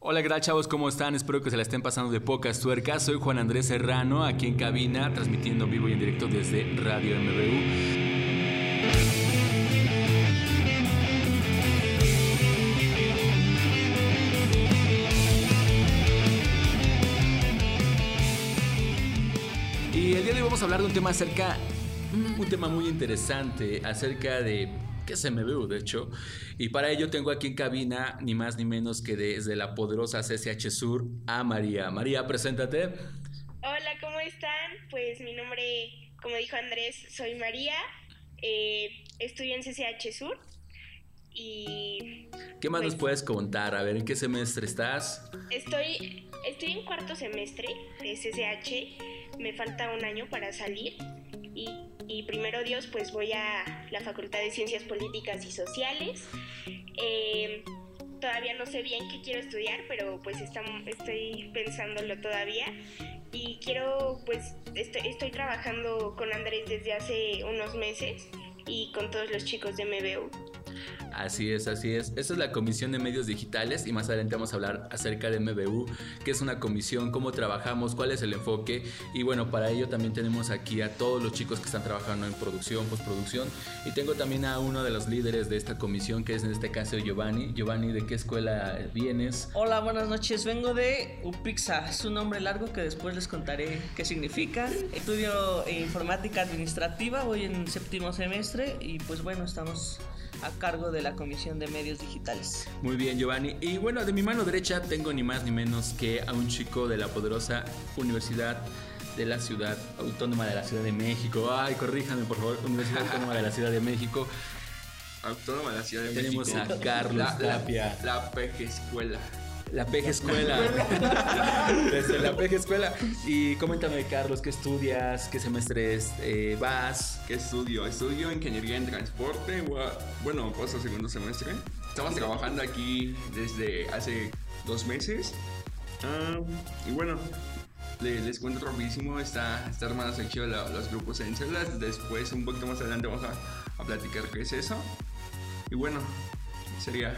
Hola, ¿qué tal, chavos? ¿Cómo están? Espero que se la estén pasando de pocas tuercas. Soy Juan Andrés Serrano, aquí en cabina, transmitiendo en vivo y en directo desde Radio MBU. Y el día de hoy vamos a hablar de un tema muy interesante acerca de qué es MBU, de hecho. Y para ello tengo aquí en cabina, ni más ni menos que desde la poderosa CCH Sur, a María. María, preséntate. Hola, ¿cómo están? Pues mi nombre, como dijo Andrés, soy María, estudio en CCH Sur y ¿Qué más pues nos puedes contar? A ver, ¿en qué semestre estás? estoy en cuarto semestre de CCH, me falta un año para salir y primero Dios pues voy a la Facultad de Ciencias Políticas y Sociales. Todavía no sé bien qué quiero estudiar, pero pues estoy pensándolo todavía. Y estoy trabajando con Andrés desde hace unos meses y con todos los chicos de MBU. Así es, así es. Esta es la Comisión de Medios Digitales y más adelante vamos a hablar acerca de MBU, qué es una comisión, cómo trabajamos, cuál es el enfoque. Y bueno, para ello también tenemos aquí a todos los chicos que están trabajando en producción, postproducción. Y tengo también a uno de los líderes de esta comisión, que es en este caso Giovanni. Giovanni, ¿de qué escuela vienes? Hola, buenas noches. Vengo de UPIXA. Es un nombre largo que después les contaré qué significa. Estudio informática administrativa, voy en séptimo semestre y pues bueno, estamos a cargo de la Comisión de Medios Digitales. Muy bien, Giovanni. Y bueno, de mi mano derecha tengo ni más ni menos que a un chico de la poderosa Universidad de la Ciudad Autónoma de la Ciudad de México. Ay, corríjame, por favor, Universidad Autónoma de la Ciudad de México. Autónoma de la Ciudad de Tenemos México. a Carlos Tapia. La PG Escuela. La PG Escuela. Desde la PG Escuela. Y coméntame, Carlos, ¿qué estudias? ¿Qué semestres vas? ¿Qué estudio? Estudio Ingeniería en Transporte. Bueno, paso segundo semestre. Estamos trabajando aquí desde hace 2 meses. Y bueno, les cuento rapidísimo. Está armado sección los grupos en celdas. Después, un poquito más adelante, vamos a platicar qué es eso. Y bueno, sería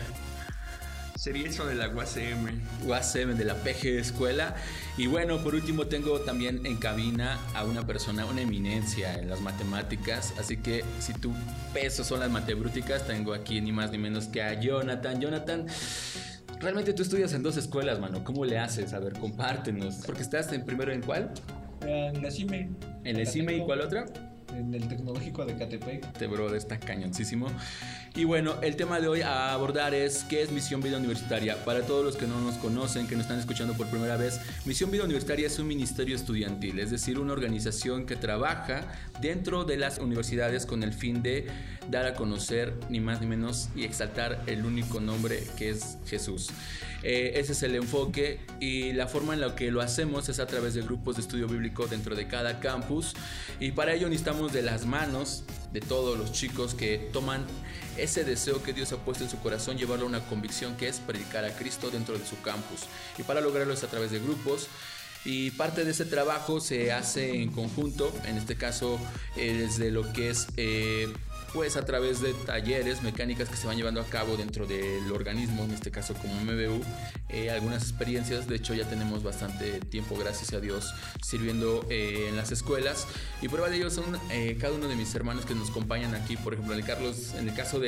eso de la UACM de la PG Escuela. Y bueno, por último tengo también en cabina a una persona, una eminencia en las matemáticas. Así que si tu peso son las matebrúticas, tengo aquí ni más ni menos que a Jonathan. Jonathan, realmente tú estudias en 2 escuelas, mano. ¿Cómo le haces? A ver, compártenos. Porque estás primero en ¿cuál? En la CIME. En la CIME, ¿y cuál otra? En el Tecnológico de Catepec. Este bro está cañoncísimo. Y bueno, el tema de hoy a abordar es ¿qué es Misión Vida Universitaria? Para todos los que no nos conocen, que nos están escuchando por primera vez, Misión Vida Universitaria es un ministerio estudiantil, es decir, una organización que trabaja dentro de las universidades con el fin de dar a conocer ni más ni menos y exaltar el único nombre que es Jesús. Ese es el enfoque y la forma en la que lo hacemos es a través de grupos de estudio bíblico dentro de cada campus, y para ello necesitamos de las manos de todos los chicos que toman ese deseo que Dios ha puesto en su corazón, llevarlo a una convicción que es predicar a Cristo dentro de su campus, y para lograrlo es a través de grupos. Y parte de ese trabajo se hace en conjunto, en este caso desde lo que es pues a través de talleres, mecánicas que se van llevando a cabo dentro del organismo, en este caso como MBU, algunas experiencias. De hecho ya tenemos bastante tiempo, gracias a Dios, sirviendo en las escuelas, y prueba de ello son cada uno de mis hermanos que nos acompañan aquí. Por ejemplo, en el caso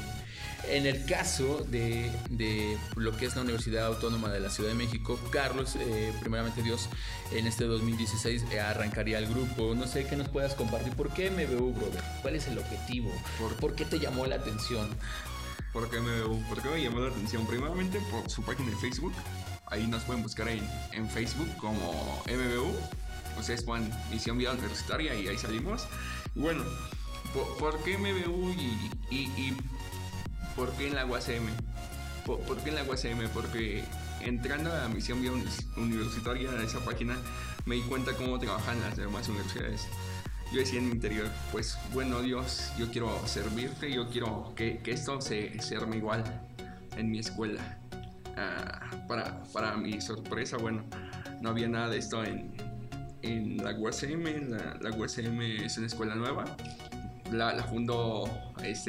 de lo que es la Universidad Autónoma de la Ciudad de México, Carlos, primeramente Dios, en este 2016 arrancaría el grupo. No sé qué nos puedas compartir. ¿Por qué MBU, brother? ¿Cuál es el objetivo? ¿Por qué te llamó la atención? ¿Por qué MBU? ¿Por qué me llamó la atención? Primeramente por su página de Facebook. Ahí nos pueden buscar en Facebook como MBU. Ustedes ponen Misión Vida Universitaria y ahí salimos. Y bueno, ¿por qué MBU y ¿por qué en la UACM? ¿Por qué en la UACM? Porque entrando a la Misión Vida Universitaria, en esa página, me di cuenta cómo trabajan las demás universidades. Yo decía en mi interior, pues bueno, Dios, yo quiero servirte, yo quiero que esto se arme igual en mi escuela. Para mi sorpresa, bueno, no había nada de esto en la UACM. La UACM es una escuela nueva. La fundó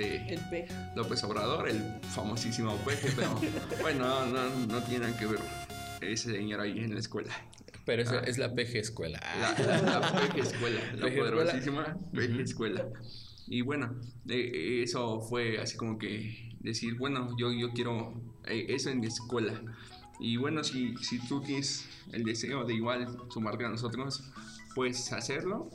el López Obrador, el famosísimo Peje, pero bueno, no tiene nada que ver ese señor ahí en la escuela. Pero eso es la PG Escuela. La PG Escuela, la PG poderosísima PG Escuela. Y bueno, eso fue así como que decir, bueno, yo quiero eso en mi escuela. Y bueno, si tú tienes el deseo de igual sumarte a nosotros, puedes hacerlo.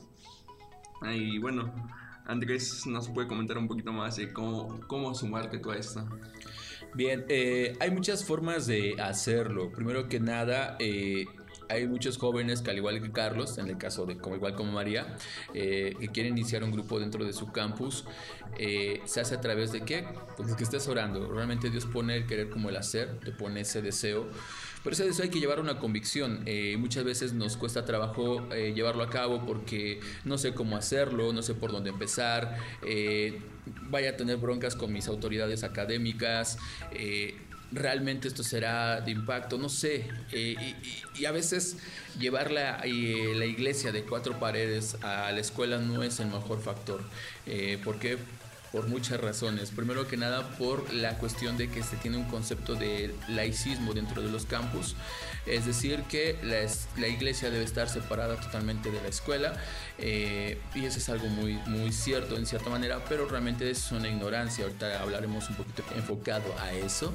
Y bueno, Andrés nos puede comentar un poquito más de cómo sumarte tú a esto. Bien, hay muchas formas de hacerlo. Primero que nada, hay muchos jóvenes que al igual que Carlos, en el caso de igual como María, que quieren iniciar un grupo dentro de su campus. Se hace a través de ¿qué? Pues que estés orando. Realmente Dios pone el querer como el hacer, te pone ese deseo. Pero ese deseo hay que llevar una convicción. Muchas veces nos cuesta trabajo llevarlo a cabo porque no sé cómo hacerlo, no sé por dónde empezar, vaya a tener broncas con mis autoridades académicas, realmente esto será de impacto, no sé, y a veces llevar la iglesia de 4 paredes a la escuela no es el mejor factor. ¿Por qué? Por muchas razones. Primero que nada, por la cuestión de que se tiene un concepto de laicismo dentro de los campus, es decir, que la iglesia debe estar separada totalmente de la escuela, y eso es algo muy, muy cierto en cierta manera, pero realmente es una ignorancia. Ahorita hablaremos un poquito enfocado a eso.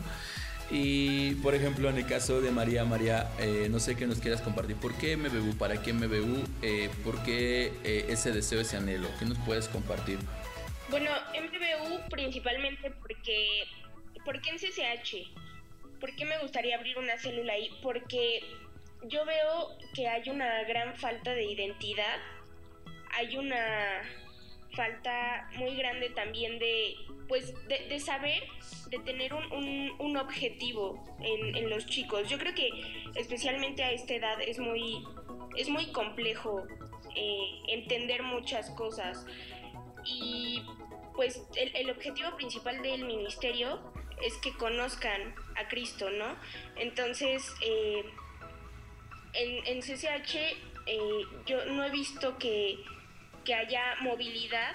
Y por ejemplo, en el caso de María, no sé qué nos quieras compartir. ¿Por qué MBU? ¿Para qué MBU? ¿Por qué ese deseo, ese anhelo? ¿Qué nos puedes compartir? Bueno, MBU principalmente porque en CCH. ¿Por qué me gustaría abrir una célula ahí? Porque yo veo que hay una gran falta de identidad, hay una falta muy grande también de saber, de tener un objetivo en los chicos. Yo creo que especialmente a esta edad es muy complejo entender muchas cosas. Y pues el objetivo principal del ministerio es que conozcan a Cristo, ¿no? Entonces, en CCH yo no he visto que haya movilidad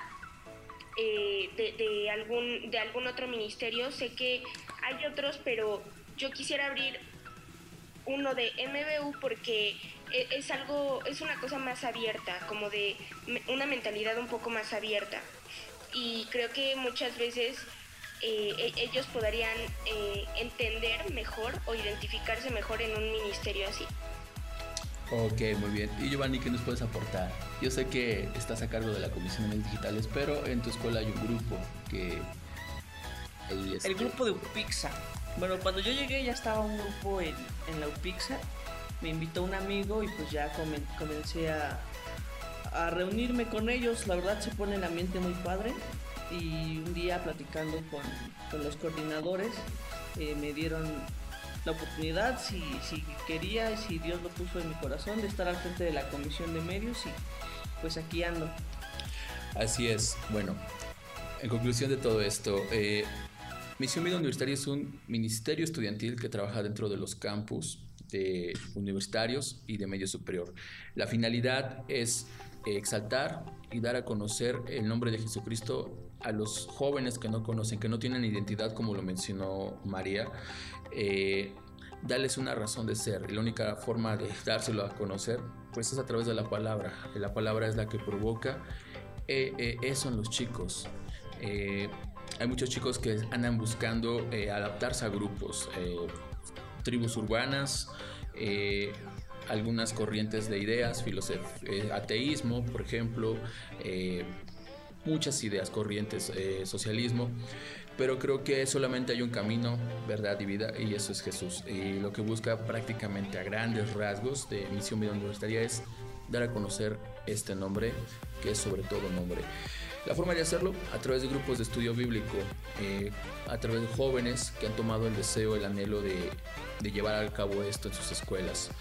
de algún otro ministerio. Sé que hay otros, pero yo quisiera abrir uno de MBU porque es una cosa más abierta, como de una mentalidad un poco más abierta, y creo que muchas veces ellos podrían entender mejor o identificarse mejor en un ministerio así. Ok, muy bien. Y Giovanni, ¿qué nos puedes aportar? Yo sé que estás a cargo de la Comisión de Medios Digitales, pero en tu escuela hay un grupo que... El grupo de UPIXA. Bueno, cuando yo llegué ya estaba un grupo en la UPIXA. Me invitó un amigo y pues ya comencé a reunirme con ellos. La verdad se pone el ambiente muy padre. Y un día platicando con los coordinadores, me dieron la oportunidad, si quería y si Dios lo puso en mi corazón, de estar al frente de la Comisión de Medios, y pues aquí ando. Así es. Bueno, en conclusión de todo esto, Misión Vida Universitaria es un ministerio estudiantil que trabaja dentro de los campus de universitarios y de medio superior. La finalidad es exaltar y dar a conocer el nombre de Jesucristo a los jóvenes que no conocen, que no tienen identidad, como lo mencionó María. Darles una razón de ser, y la única forma de dárselo a conocer pues es a través de la palabra. La palabra es la que provoca eso en los chicos. Hay muchos chicos que andan buscando adaptarse a grupos, tribus urbanas, algunas corrientes de ideas, ateísmo, por ejemplo, muchas ideas, corrientes, socialismo, pero creo que solamente hay un camino, verdad y vida, y eso es Jesús. Y lo que busca prácticamente a grandes rasgos de Misión Vida Universitaria es dar a conocer este nombre, que es sobre todo nombre. La forma de hacerlo, a través de grupos de estudio bíblico, a través de jóvenes que han tomado el deseo, el anhelo de llevar a cabo esto en sus escuelas.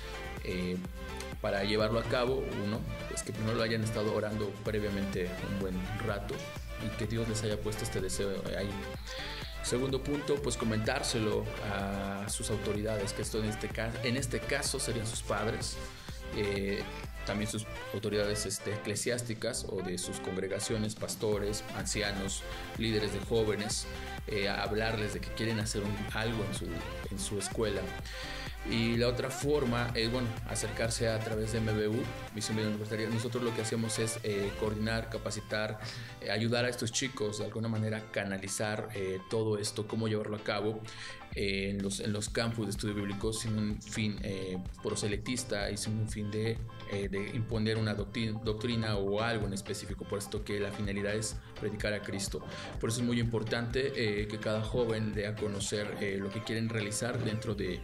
Para llevarlo a cabo, uno, pues que primero lo hayan estado orando previamente un buen rato y que Dios les haya puesto este deseo ahí. Segundo punto, pues comentárselo a sus autoridades, que esto en este caso serían sus padres, también sus autoridades eclesiásticas o de sus congregaciones, pastores, ancianos, líderes de jóvenes, hablarles de que quieren hacer algo en su escuela. Y la otra forma es, bueno, acercarse a través de MBU, Misión Vida Universitaria. Nosotros lo que hacemos es coordinar, capacitar, ayudar a estos chicos de alguna manera canalizar todo esto, cómo llevarlo a cabo en los campus de estudio bíblico sin un fin proselitista y sin un fin de imponer una doctrina o algo en específico, puesto que la finalidad es predicar a Cristo. Por eso es muy importante que cada joven dé a conocer lo que quieren realizar dentro de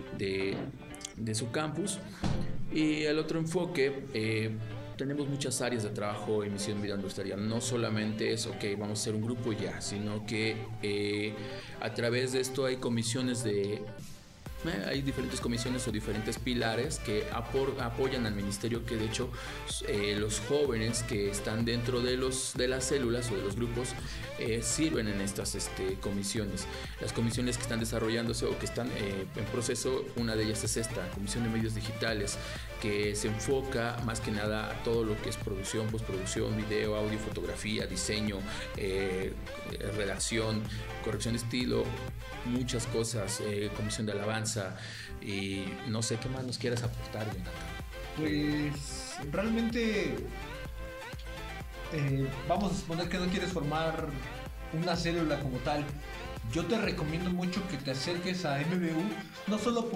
su campus. Y el otro enfoque, tenemos muchas áreas de trabajo en Misión Vida Universitaria. No solamente es, ok, vamos a ser un grupo ya, sino que a través de esto hay comisiones hay diferentes comisiones o diferentes pilares que apoyan al ministerio, que de hecho los jóvenes que están dentro de las células o de los grupos sirven en estas comisiones. Las comisiones que están desarrollándose o que están en proceso, una de ellas es esta Comisión de Medios Digitales, que se enfoca más que nada a todo lo que es producción, postproducción, video, audio, fotografía, diseño, redacción, corrección de estilo, muchas cosas, comisión de alabanza, y no sé qué más nos quieras aportar, Jonathan. Pues realmente vamos a suponer que no quieres formar una célula como tal. Yo te recomiendo mucho que te acerques a MBU, no solo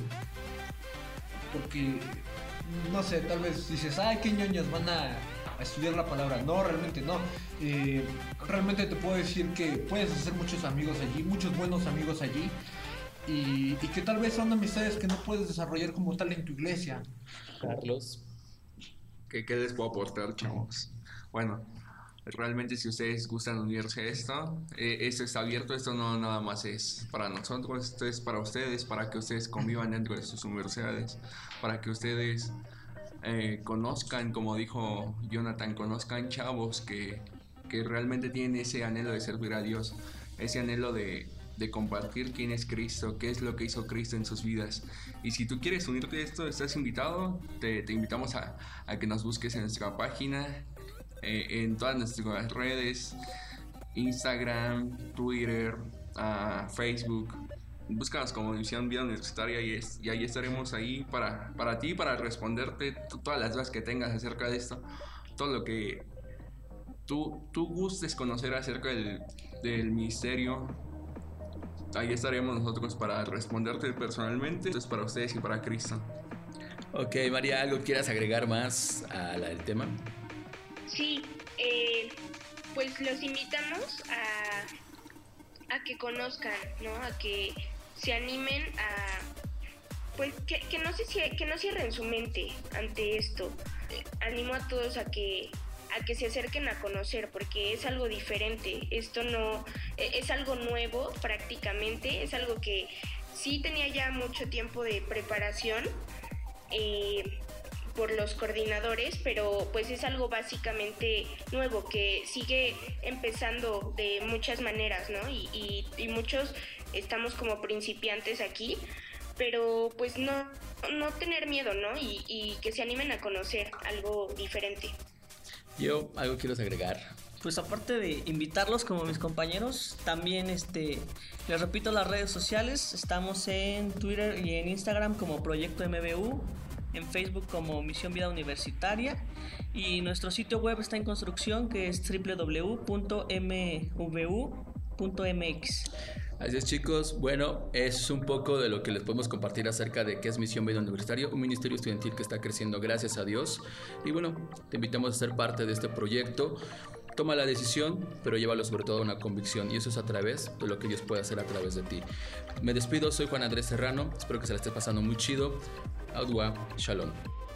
porque no sé, tal vez dices, ay, qué ñoños van a estudiar la palabra. No, realmente no. Realmente te puedo decir que puedes hacer muchos amigos allí, muchos buenos amigos allí, y que tal vez son amistades que no puedes desarrollar como tal en tu iglesia. Carlos. ¿Qué les puedo aportar, chavos? Bueno, realmente si ustedes gustan unirse a esto está abierto. Esto no nada más es para nosotros, esto es para ustedes, para que ustedes convivan dentro de sus universidades, para que ustedes conozcan, como dijo Jonathan, conozcan chavos que realmente tienen ese anhelo de servir a Dios, ese anhelo de compartir quién es Cristo, qué es lo que hizo Cristo en sus vidas. Y si tú quieres unirte a esto, estás invitado. Te invitamos a que nos busques en nuestra página, en todas nuestras redes, Instagram, Twitter, Facebook. Búscanos como Misión Vida Universitaria y ahí estaremos ahí para ti, para responderte todas las dudas que tengas acerca de esto, todo lo que tú gustes conocer acerca del ministerio. Ahí estaremos nosotros para responderte personalmente. Esto es para ustedes y para Cristo. Ok, María, ¿algo quieras agregar más al tema? Sí, pues los invitamos a que conozcan, ¿no? A que se animen pues que no cierren su mente ante esto. Animo a todos a que se acerquen a conocer, porque es algo diferente. Esto no es algo nuevo prácticamente, es algo que sí tenía ya mucho tiempo de preparación por los coordinadores, pero pues es algo básicamente nuevo que sigue empezando de muchas maneras, ¿no? Y muchos estamos como principiantes aquí, pero pues no tener miedo, ¿no? Y que se animen a conocer algo diferente. Yo, ¿algo quieres agregar? Pues aparte de invitarlos como mis compañeros, también les repito las redes sociales. Estamos en Twitter y en Instagram como Proyecto MBU, en Facebook como Misión Vida Universitaria, y nuestro sitio web está en construcción, que es www.mvu.mx. Así es, chicos. Bueno, es un poco de lo que les podemos compartir acerca de qué es Misión Vida Universitaria, un ministerio estudiantil que está creciendo gracias a Dios. Y bueno, te invitamos a ser parte de este proyecto. Toma la decisión, pero llévalo sobre todo a una convicción, y eso es a través de lo que Dios puede hacer a través de ti. Me despido, soy Juan Andrés Serrano, espero que se la esté pasando muy chido. Audua, Shalom.